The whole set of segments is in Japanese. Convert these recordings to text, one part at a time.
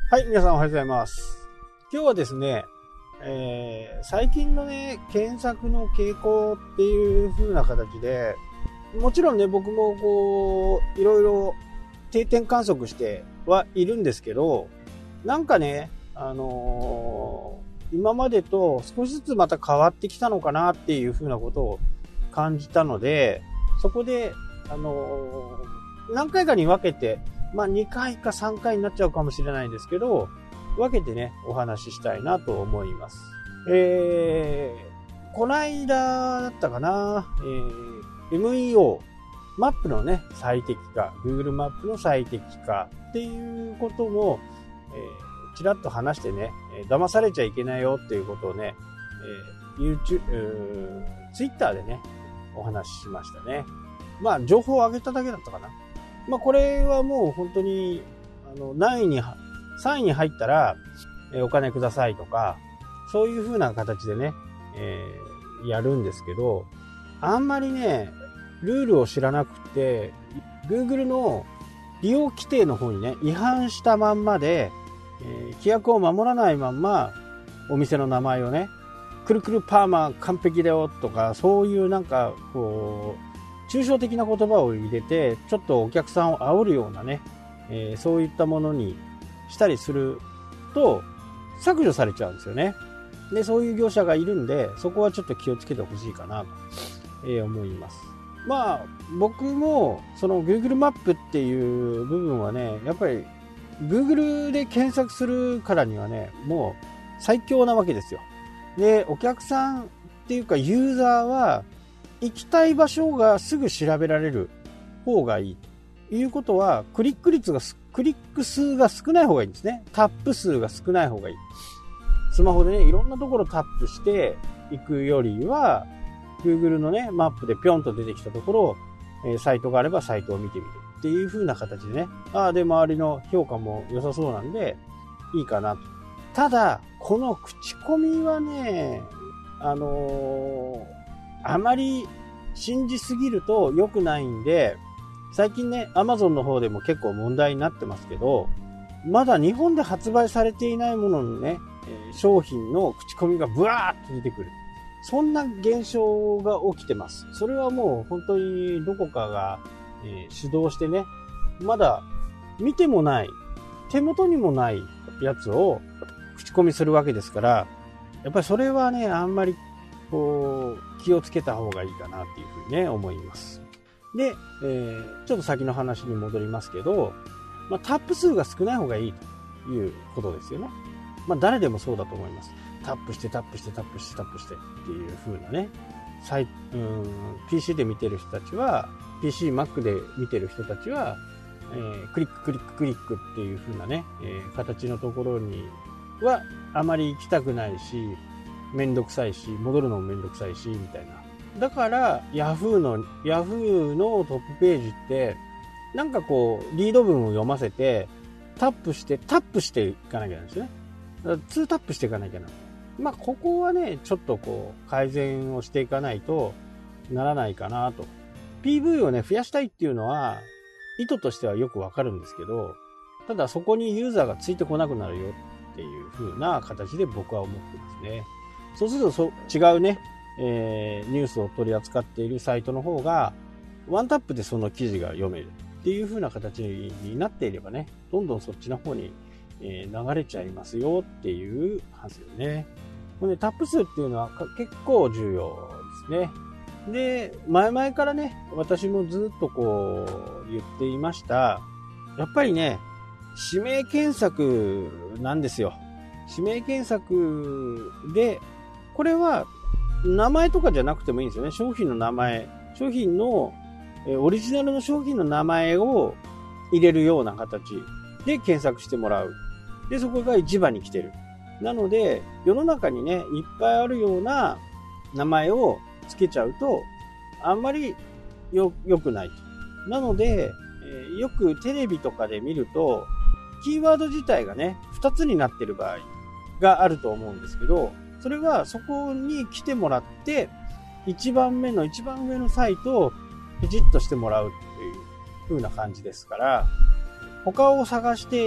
はい、皆さんおはようございます。今日はですね、最近のね、検索の傾向っていう風な形で、もちろんね、僕もこう、いろいろ定点観測してはいるんですけど、なんかね、今までと少しずつまた変わってきたのかなっていう風なことを感じたので、そこで、何回かに分けて、2回か3回になっちゃうかもしれないんですけど、分けてね、お話ししたいなと思います。こないだだったかな、MEO、マップのね、最適化、Google マップの最適化っていうことも、ちらっと話してね、騙されちゃいけないよっていうことをね、Twitter でね、お話ししましたね。情報を上げただけだったかな。これはもう本当に、3位に入ったら、お金くださいとか、そういう風な形でね、やるんですけど、あんまりね、ルールを知らなくて、Google の利用規定の方にね、違反したまんまで、規約を守らないまんま、お店の名前をね、くるくるパーマ完璧だよとか、そういうなんか、こう、抽象的な言葉を入れて、ちょっとお客さんを煽るようなね、そういったものにしたりすると、削除されちゃうんですよね。で、そういう業者がいるんで、そこはちょっと気をつけてほしいかなと、思います。僕も、その Google マップっていう部分はね、やっぱり Google で検索するからにはね、もう最強なわけですよ。で、お客さんっていうかユーザーは、行きたい場所がすぐ調べられる方がいい。ということは、クリック数が少ない方がいいんですね。タップ数が少ない方がいい。スマホでね、いろんなところタップしていくよりは、Google のね、マップでピョンと出てきたところを、サイトがあればサイトを見てみるっていう風な形でね。で、周りの評価も良さそうなんで、いいかなと。ただ、この口コミはね、あまり信じすぎると良くないんで、最近ね、Amazon の方でも結構問題になってますけど、まだ日本で発売されていないもののね、商品の口コミがブワーッと出てくる。そんな現象が起きてます。それはもう本当にどこかが、主導してね、まだ見てもない、手元にもないやつを口コミするわけですから、やっぱりそれはね、あんまりこう気をつけた方がいいかなっていうふうにね、思います。で、ちょっと先の話に戻りますけど、タップ数が少ない方がいいということですよね。誰でもそうだと思います。タップしてタップしてタップしてタップしてっていう風なね、PC で見てる人たちは、PC、Mac で見てる人たちは、クリッククリッククリックっていう風なね、形のところにはあまり行きたくないし、めんどくさいし、戻るのもめんどくさいし、みたいな。だから、Yahoo のトップページって、なんかこう、リード文を読ませて、タップしていかなきゃなんですよね。2タップしていかなきゃな。ここはね、ちょっとこう、改善をしていかないとならないかなと。PV をね、増やしたいっていうのは、意図としてはよくわかるんですけど、ただそこにユーザーがついてこなくなるよっていう風な形で僕は思ってますね。そうすると違うね、ニュースを取り扱っているサイトの方が、ワンタップでその記事が読めるっていう風な形になっていればね、どんどんそっちの方に、流れちゃいますよっていう話よね。これね、タップ数っていうのは結構重要ですね。で、前々からね、私もずっとこう言っていました。やっぱりね、指名検索なんですよ。指名検索で、これは名前とかじゃなくてもいいんですよね。商品の名前、商品のオリジナルの商品の名前を入れるような形で検索してもらう。で、そこが一番に来てる。なので、世の中にね、いっぱいあるような名前を付けちゃうと、あんまり良くないと。なので、よくテレビとかで見ると、キーワード自体がね、2つになってる場合があると思うんですけど、それはそこに来てもらって、一番上のサイトをピチッとしてもらうっていう風な感じですから、他を探していっ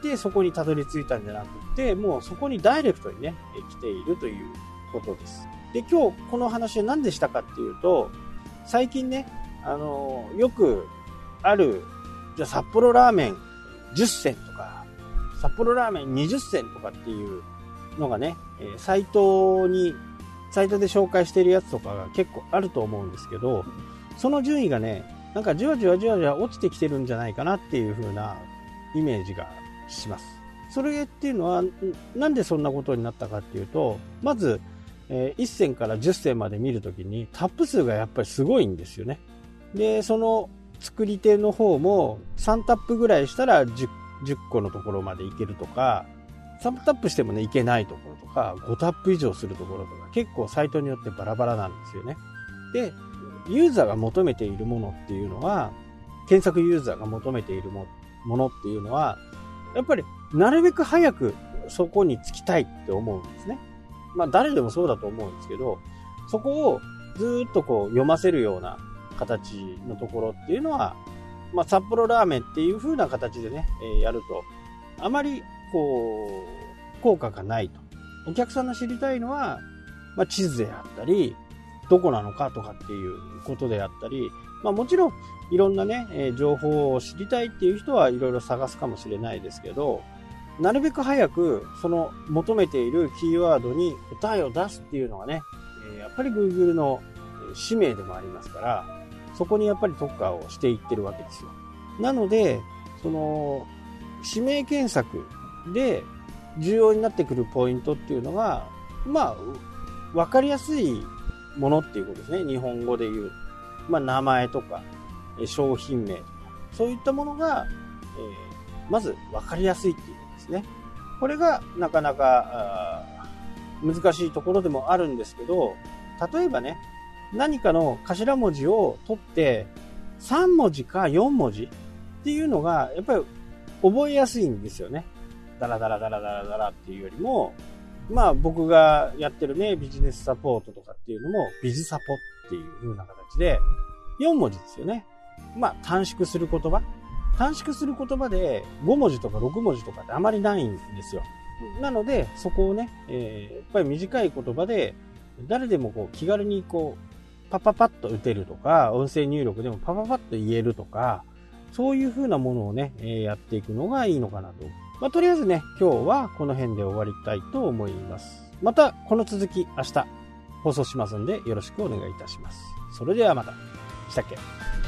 ってそこにたどり着いたんじゃなくて、もうそこにダイレクトにね、来ているということです。で、今日この話は何でしたかっていうと、最近ね、よくある、じゃあ札幌ラーメン10銭とか、札幌ラーメン20銭とかっていうのがね、サイトで紹介しているやつとかが結構あると思うんですけど、その順位がね、なんかじわじわ落ちてきてるんじゃないかなっていう風なイメージがします。それっていうのは、なんでそんなことになったかっていうと、まず、1銭から10銭まで見るときにタップ数がやっぱりすごいんですよね。で、その作り手の方も3タップぐらいしたら 10個のところまでいけるとか、3タップしてもね、いけないところとか、5タップ以上するところとか、結構サイトによってバラバラなんですよね。で、ユーザーが求めているものっていうのは、検索ユーザーが求めているものっていうのは、やっぱりなるべく早くそこに着きたいって思うんですね。まあ誰でもそうだと思うんですけど、そこをずーっとこう読ませるような形のところっていうのは、まあ札幌ラーメンっていう風な形でね、やると、あまりこう、効果がないと。お客さんの知りたいのは、まあ地図であったり、どこなのかとかっていうことであったり、まあもちろんいろんなね、情報を知りたいっていう人はいろいろ探すかもしれないですけど、なるべく早くその求めているキーワードに答えを出すっていうのがね、やっぱり Google の使命でもありますから、そこにやっぱり特化をしていってるわけですよ。なので、その指名検索で重要になってくるポイントっていうのが、まあ、わかりやすいものっていうことですね。日本語で言う。まあ、名前とか、商品名とか、そういったものが、まずわかりやすいっていうことですね。これがなかなか難しいところでもあるんですけど、例えばね、何かの頭文字を取って3文字か4文字っていうのがやっぱり覚えやすいんですよね。ダラダラダラダラダラっていうよりも、まあ僕がやってるね、ビジネスサポートとかっていうのもビズサポっていう風な形で4文字ですよね。まあ短縮する言葉。短縮する言葉で5文字とか6文字とかってあまりないんですよ。なのでそこをね、やっぱり短い言葉で誰でもこう気軽にこうパパパッと打てるとか、音声入力でもパパパッと言えるとか、そういう風なものをね、やっていくのがいいのかなと。まあ、とりあえずね、今日はこの辺で終わりたいと思います。またこの続き明日放送しますんでよろしくお願いいたします。それではまた。したっけ？